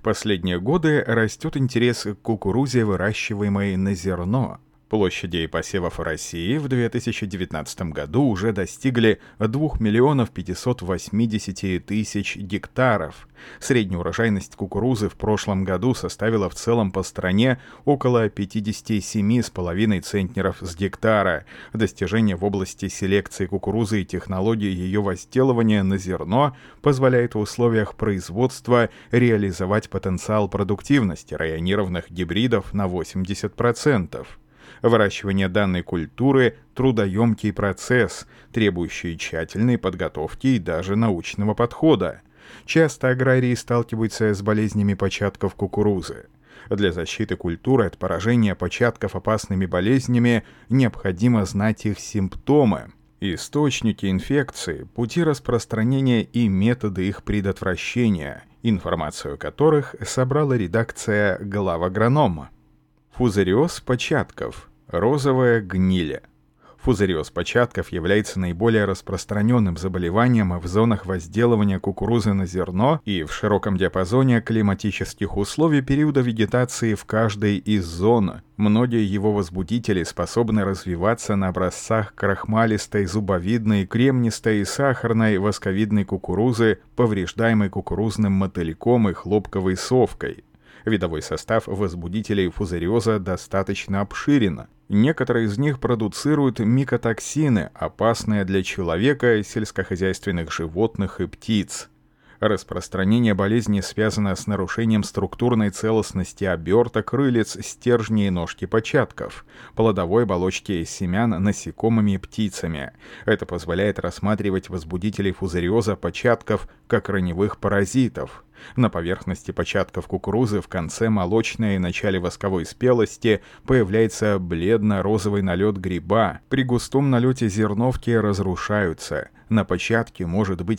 Последние годы растет интерес к кукурузе, выращиваемой на зерно. Площади посевов России в 2019 году уже достигли 2 580 тысяч гектаров. Средняя урожайность кукурузы в прошлом году составила в целом по стране около 57,5 центнеров с гектара. Достижение в области селекции кукурузы и технологии ее возделывания на зерно позволяет в условиях производства реализовать потенциал продуктивности районированных гибридов на 80%. Выращивание данной культуры – трудоемкий процесс, требующий тщательной подготовки и даже научного подхода. Часто аграрии сталкиваются с болезнями початков кукурузы. Для защиты культуры от поражения початков опасными болезнями необходимо знать их симптомы, источники инфекции, пути распространения и методы их предотвращения, информацию о которых собрала редакция «Глав-агронома». Фузариоз початков. Розовая гниль. Фузариоз початков является наиболее распространенным заболеванием в зонах возделывания кукурузы на зерно и в широком диапазоне климатических условий периода вегетации в каждой из зон. Многие его возбудители способны развиваться на образцах крахмалистой, зубовидной, кремнистой, сахарной, восковидной кукурузы, повреждаемой кукурузным мотыльком и хлопковой совкой. Видовой состав возбудителей фузариоза достаточно обширен. Некоторые из них продуцируют микотоксины, опасные для человека, сельскохозяйственных животных и птиц. Распространение болезни связано с нарушением структурной целостности оберток, крылец, стержней и ножки початков, плодовой оболочки семян насекомыми и птицами. Это позволяет рассматривать возбудителей фузариоза початков как раневых паразитов. На поверхности початков кукурузы в конце молочной и начале восковой спелости появляется бледно-розовый налет гриба. При густом налете зерновки разрушаются. На початке может быть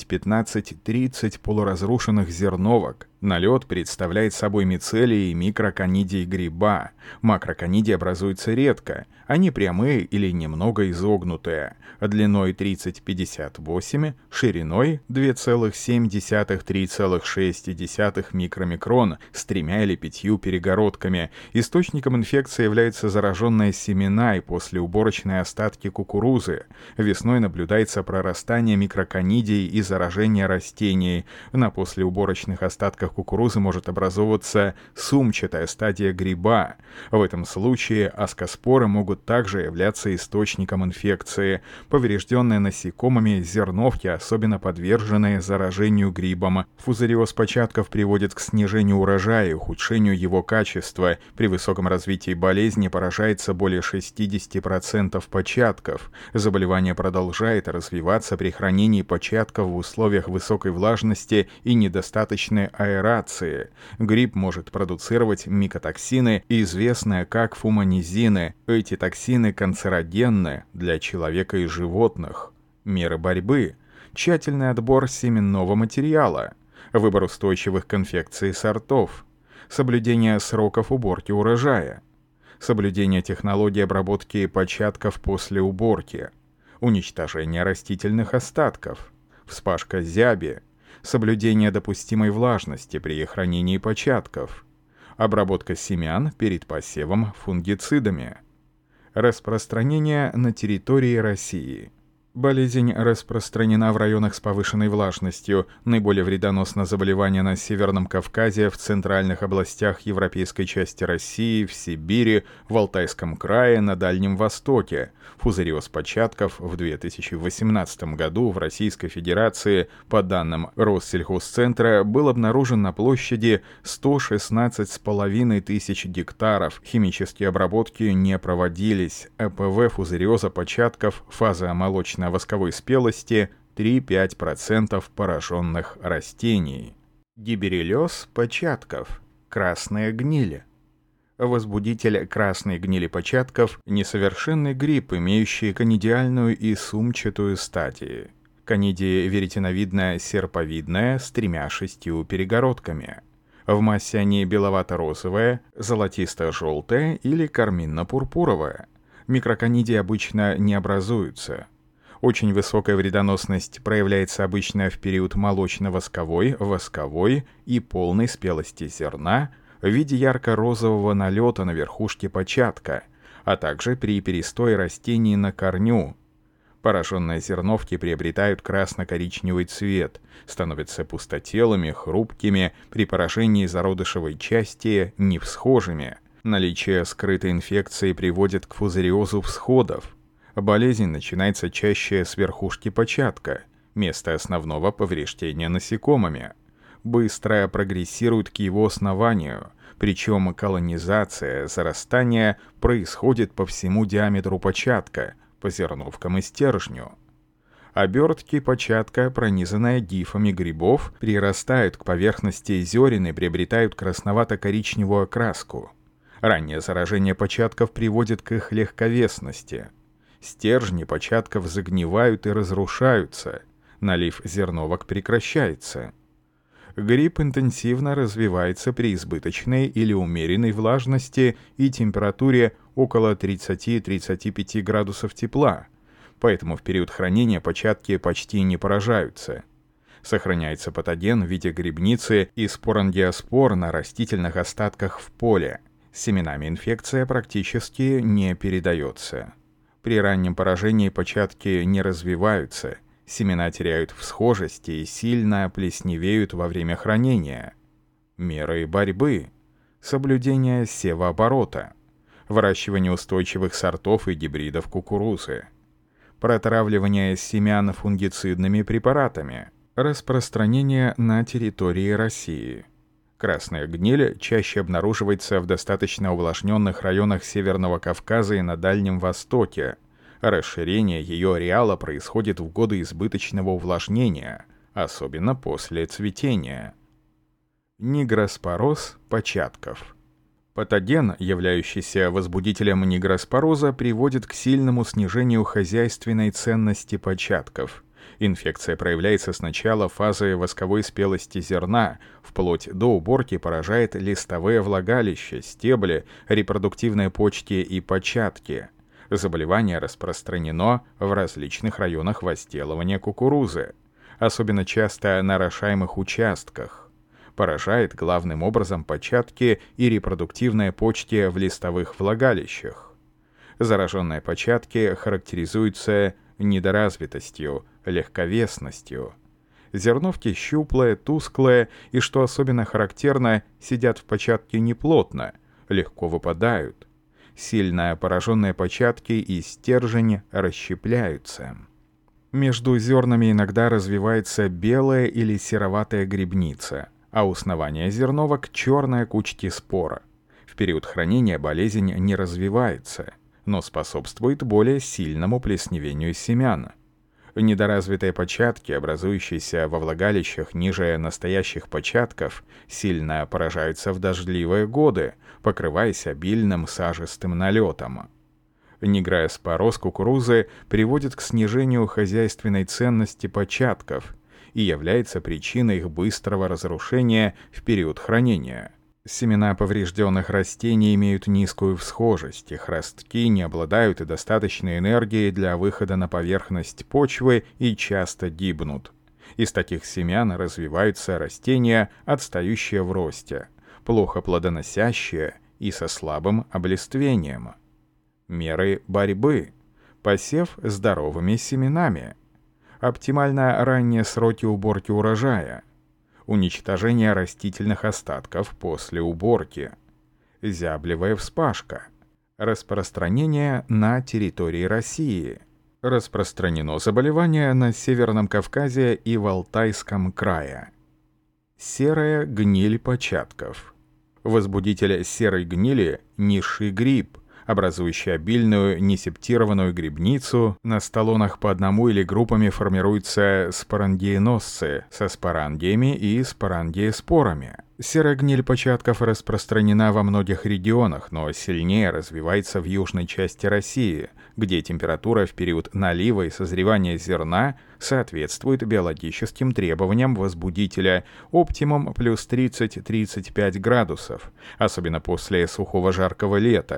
15-30 полуразрушенных зерновок. Налет представляет собой мицелии и микроконидии гриба. Макроконидии образуются редко. Они прямые или немного изогнутые. Длиной 30-58, шириной 2,7-3,6 микромикрон с 3 или 5 перегородками. Источником инфекции являются зараженные семена и послеуборочные остатки кукурузы. Весной наблюдается прорастание микроконидий и заражение растений. На послеуборочных остатках кукурузы может образовываться сумчатая стадия гриба. В этом случае аскоспоры могут также являться источником инфекции. Поврежденные насекомыми зерновки особенно подвержены заражению грибом. Фузариоз початков приводит к снижению урожая и ухудшению его качества. При высоком развитии болезни поражается более 60% початков. Заболевание продолжает развиваться при хранении початков в условиях высокой влажности и недостаточной аэрации. Гриб может продуцировать микотоксины, известные как фуманизины. Эти токсины канцерогенны для человека и животных. Меры борьбы. Тщательный отбор семенного материала. Выбор устойчивых к инфекции сортов. Соблюдение сроков уборки урожая. Соблюдение технологий обработки початков после уборки. Уничтожение растительных остатков. Вспашка зяби. Соблюдение допустимой влажности при хранении початков. Обработка семян перед посевом фунгицидами. Распространение на территории России. Болезнь распространена в районах с повышенной влажностью. Наиболее вредоносно заболевание на Северном Кавказе, в центральных областях европейской части России, в Сибири, в Алтайском крае, на Дальнем Востоке. Фузариоз початков в 2018 году в Российской Федерации, по данным Россельхозцентра, был обнаружен на площади 116,5 тысяч гектаров. Химические обработки не проводились. ЭПВ фузариоза початков, фаза молочно-восковой спелости 3-5% пораженных растений. Гибереллез початков. Красная гниль. Возбудитель красной гнили початков – несовершенный гриб, имеющий конидиальную и сумчатую стадии. Конидия веретеновидная, серповидная с 3-6 перегородками. В массе они беловато-розовая, золотисто-желтая или карминно-пурпуровая. Микроконидии обычно не образуются. Очень высокая вредоносность проявляется обычно в период молочно-восковой, восковой и полной спелости зерна в виде ярко-розового налета на верхушке початка, а также при перестое растений на корню. Пораженные зерновки приобретают красно-коричневый цвет, становятся пустотелыми, хрупкими, при поражении зародышевой части невсхожими. Наличие скрытой инфекции приводит к фузариозу всходов. Болезнь начинается чаще с верхушки початка, места основного повреждения насекомыми. Быстро прогрессирует к его основанию, причем колонизация, зарастание происходит по всему диаметру початка, по зерновкам и стержню. Обертки початка, пронизанные гифами грибов, прирастают к поверхности зерен и приобретают красновато-коричневую окраску. Раннее заражение початков приводит к их легковесности. Стержни початков загнивают и разрушаются, налив зерновок прекращается. Гриб интенсивно развивается при избыточной или умеренной влажности и температуре около 30-35 градусов тепла, поэтому в период хранения початки почти не поражаются. Сохраняется патоген в виде грибницы и спорангиоспор на растительных остатках в поле. С семенами инфекция практически не передается. При раннем поражении початки не развиваются, семена теряют всхожесть и сильно плесневеют во время хранения. Меры борьбы. Соблюдение севооборота. Выращивание устойчивых сортов и гибридов кукурузы. Протравливание семян фунгицидными препаратами. Распространение на территории России. Красная гниль чаще обнаруживается в достаточно увлажненных районах Северного Кавказа и на Дальнем Востоке. Расширение ее ареала происходит в годы избыточного увлажнения, особенно после цветения. Нигроспороз початков. Патоген, являющийся возбудителем нигроспороза, приводит к сильному снижению хозяйственной ценности початков. Инфекция проявляется с начала фазы восковой спелости зерна, вплоть до уборки поражает листовые влагалища, стебли, репродуктивные почки и початки. Заболевание распространено в различных районах возделывания кукурузы, особенно часто на орошаемых участках. Поражает главным образом початки и репродуктивные почки в листовых влагалищах. Зараженные початки характеризуются недоразвитостью, легковесностью. Зерновки щуплые, тусклые и, что особенно характерно, сидят в початке неплотно, легко выпадают. Сильно пораженные початки и стержень расщепляются. Между зернами иногда развивается белая или сероватая грибница, а у основания зерновок черные кучки спора. В период хранения болезнь не развивается, но способствует более сильному плесневению семян. Недоразвитые початки, образующиеся во влагалищах ниже настоящих початков, сильно поражаются в дождливые годы, покрываясь обильным сажистым налетом. Нигроспороз кукурузы приводит к снижению хозяйственной ценности початков и является причиной их быстрого разрушения в период хранения. Семена поврежденных растений имеют низкую всхожесть, их ростки не обладают и достаточной энергией для выхода на поверхность почвы и часто гибнут. Из таких семян развиваются растения, отстающие в росте, плохо плодоносящие и со слабым облиствением. Меры борьбы. Посев здоровыми семенами. Оптимально ранние сроки уборки урожая. Уничтожение растительных остатков после уборки. Зяблевая вспашка. Распространение на территории России. Распространено заболевание на Северном Кавказе и в Алтайском крае. Серая гниль початков. Возбудитель серой гнили – низший гриб, образующий обильную несептированную грибницу. На столонах по одному или группами формируются спорангиеносцы со спорангиями и спорангиеспорами. Серая гниль початков распространена во многих регионах, но сильнее развивается в южной части России, где температура в период налива и созревания зерна соответствует биологическим требованиям возбудителя оптимум плюс 30-35 градусов, особенно после сухого жаркого лета.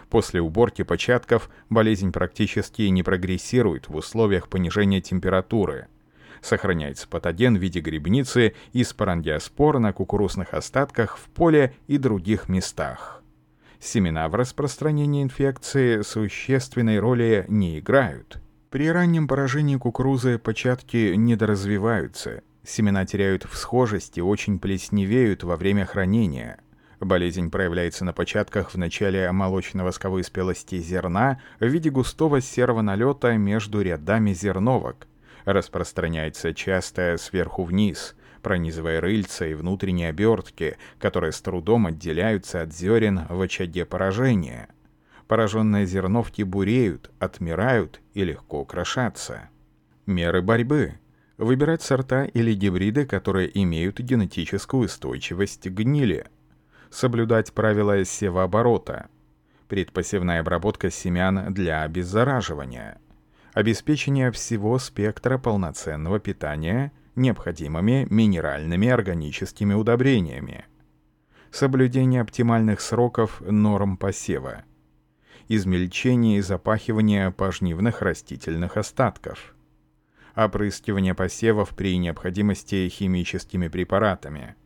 После уборки початков болезнь практически не прогрессирует в условиях понижения температуры. Сохраняется патоген в виде грибницы и спорангиоспор на кукурузных остатках в поле и других местах. Семена в распространении инфекции существенной роли не играют. При раннем поражении кукурузы початки недоразвиваются, семена теряют всхожесть и очень плесневеют во время хранения. Болезнь проявляется на початках в начале молочно-восковой спелости зерна в виде густого серого налета между рядами зерновок. Распространяется часто сверху вниз, пронизывая рыльца и внутренние обертки, которые с трудом отделяются от зерен в очаге поражения. Пораженные зерновки буреют, отмирают и легко крошатся. Меры борьбы. Выбирать сорта или гибриды, которые имеют генетическую устойчивость к гнили. Соблюдать правила севооборота. Предпосевная обработка семян для обеззараживания. Обеспечение всего спектра полноценного питания необходимыми минеральными органическими удобрениями. Соблюдение оптимальных сроков норм посева. Измельчение и запахивание пожнивных растительных остатков. Опрыскивание посевов при необходимости химическими препаратами.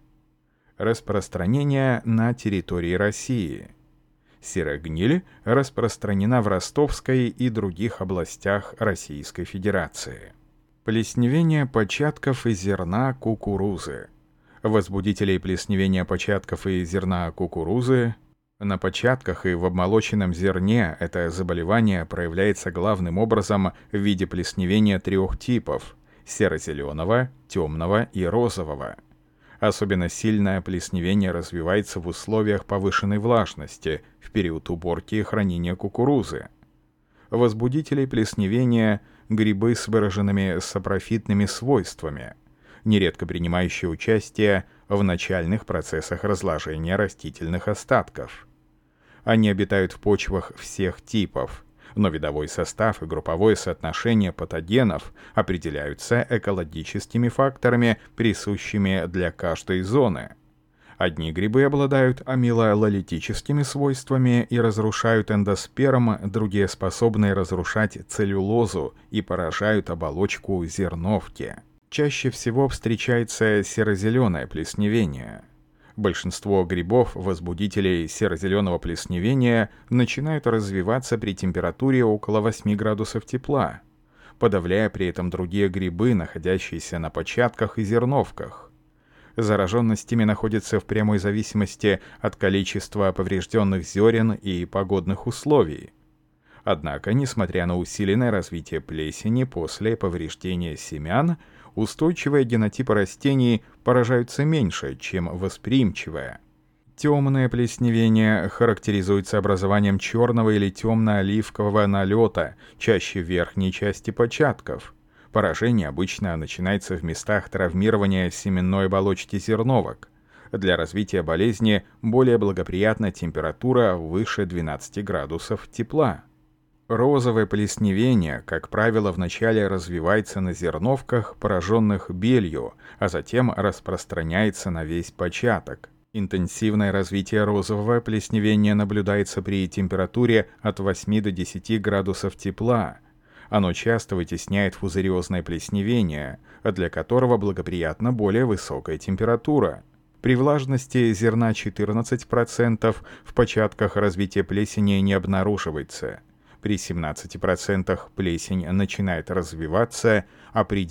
Распространение на территории России. Серая гниль распространена в Ростовской и других областях Российской Федерации. Плесневение початков и зерна кукурузы. Возбудителей плесневения початков и зерна кукурузы. На початках и в обмолоченном зерне это заболевание проявляется главным образом в виде плесневения 3 типов – серо-зеленого, темного и розового. Особенно сильное плесневение развивается в условиях повышенной влажности в период уборки и хранения кукурузы. Возбудители плесневения – грибы с выраженными сапрофитными свойствами, нередко принимающие участие в начальных процессах разложения растительных остатков. Они обитают в почвах всех типов, но видовой состав и групповое соотношение патогенов определяются экологическими факторами, присущими для каждой зоны. Одни грибы обладают амилололитическими свойствами и разрушают эндосперм, другие способны разрушать целлюлозу и поражают оболочку зерновки. Чаще всего встречается серо-зеленое плесневение. Большинство грибов-возбудителей серо-зеленого плесневения начинают развиваться при температуре около 8 градусов тепла, подавляя при этом другие грибы, находящиеся на початках и зерновках. Зараженность ими находится в прямой зависимости от количества поврежденных зерен и погодных условий. Однако, несмотря на усиленное развитие плесени после повреждения семян, устойчивые генотипы растений поражаются меньше, чем восприимчивые. Темное плесневение характеризуется образованием черного или темно-оливкового налета, чаще в верхней части початков. Поражение обычно начинается в местах травмирования семенной оболочки зерновок. Для развития болезни более благоприятна температура выше 12 градусов тепла. Розовое плесневение, как правило, вначале развивается на зерновках, пораженных белью, а затем распространяется на весь початок. Интенсивное развитие розового плесневения наблюдается при температуре от 8 до 10 градусов тепла. Оно часто вытесняет фузариозное плесневение, для которого благоприятна более высокая температура. При влажности зерна 14% в початках развитие плесени не обнаруживается. При 17% плесень начинает развиваться, а при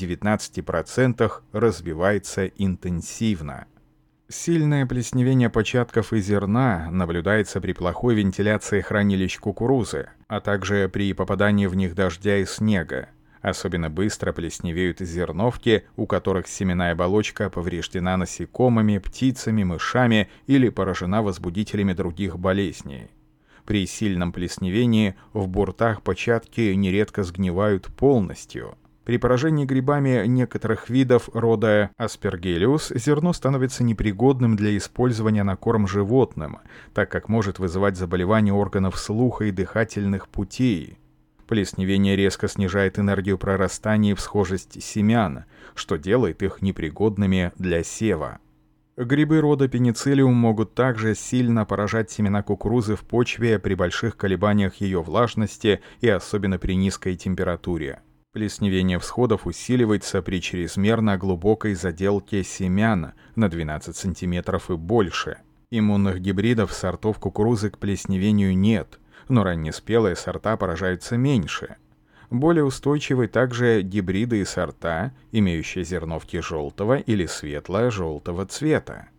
19% развивается интенсивно. Сильное плесневение початков и зерна наблюдается при плохой вентиляции хранилищ кукурузы, а также при попадании в них дождя и снега. Особенно быстро плесневеют зерновки, у которых семенная оболочка повреждена насекомыми, птицами, мышами или поражена возбудителями других болезней. При сильном плесневении в буртах початки нередко сгнивают полностью. При поражении грибами некоторых видов рода Aspergillus зерно становится непригодным для использования на корм животным, так как может вызывать заболевания органов слуха и дыхательных путей. Плесневение резко снижает энергию прорастания и всхожесть семян, что делает их непригодными для сева. Грибы рода пенициллиум могут также сильно поражать семена кукурузы в почве при больших колебаниях ее влажности и особенно при низкой температуре. Плесневение всходов усиливается при чрезмерно глубокой заделке семян на 12 см и больше. Иммунных гибридов сортов кукурузы к плесневению нет, но раннеспелые сорта поражаются меньше. Более устойчивы также гибриды и сорта, имеющие зерновки желтого или светло-желтого цвета.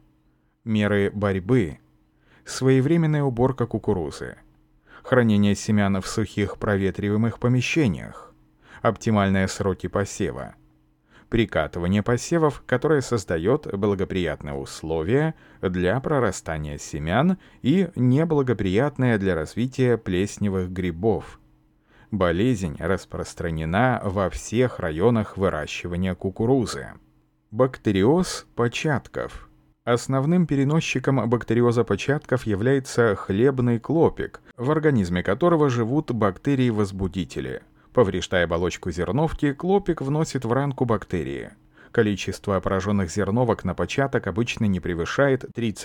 Меры борьбы. Своевременная уборка кукурузы. Хранение семян в сухих проветриваемых помещениях. Оптимальные сроки посева. Прикатывание посевов, которое создает благоприятные условия для прорастания семян и неблагоприятные для развития плесневых грибов. Болезнь распространена во всех районах выращивания кукурузы. Бактериоз початков. Основным переносчиком бактериоза початков является хлебный клопик, в организме которого живут бактерии-возбудители. Повреждая оболочку зерновки, клопик вносит в ранку бактерии. Количество пораженных зерновок на початок обычно не превышает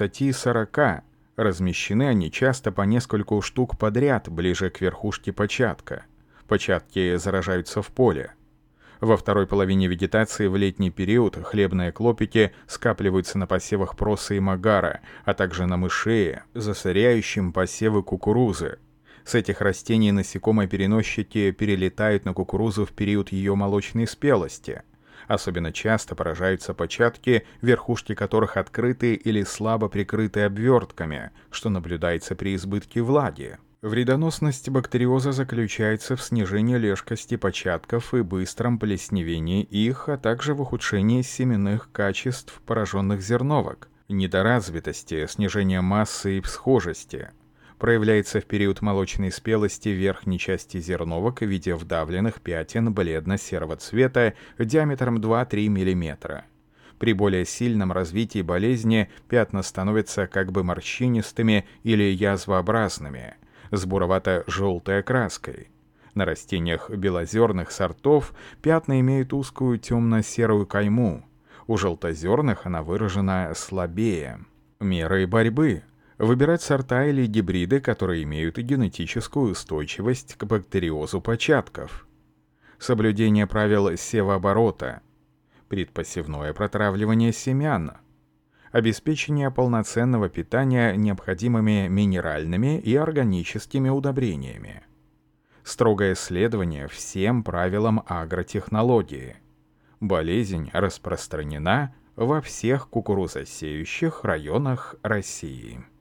30-40. Размещены они часто по нескольку штук подряд ближе к верхушке початка. Початки заражаются в поле. Во второй половине вегетации в летний период хлебные клопики скапливаются на посевах проса и магара, а также на мышее, засоряющем посевы кукурузы. С этих растений насекомые-переносчики перелетают на кукурузу в период ее молочной спелости. Особенно часто поражаются початки, верхушки которых открыты или слабо прикрыты обвертками, что наблюдается при избытке влаги. Вредоносность бактериоза заключается в снижении лежкости початков и быстром плесневении их, а также в ухудшении семенных качеств пораженных зерновок, недоразвитости, снижения массы и всхожести. Проявляется в период молочной спелости верхней части зерновок в виде вдавленных пятен бледно-серого цвета диаметром 2-3 мм. При более сильном развитии болезни пятна становятся как бы морщинистыми или язвообразными, с буровато-желтой окраской. На растениях белозерных сортов пятна имеют узкую темно-серую кайму. У желтозерных она выражена слабее. Меры борьбы. Выбирать сорта или гибриды, которые имеют генетическую устойчивость к бактериозу початков. Соблюдение правил севооборота. Предпосевное протравливание семян. Обеспечение полноценного питания необходимыми минеральными и органическими удобрениями. Строгое следование всем правилам агротехнологии. Болезнь распространена во всех кукурузосеющих районах России.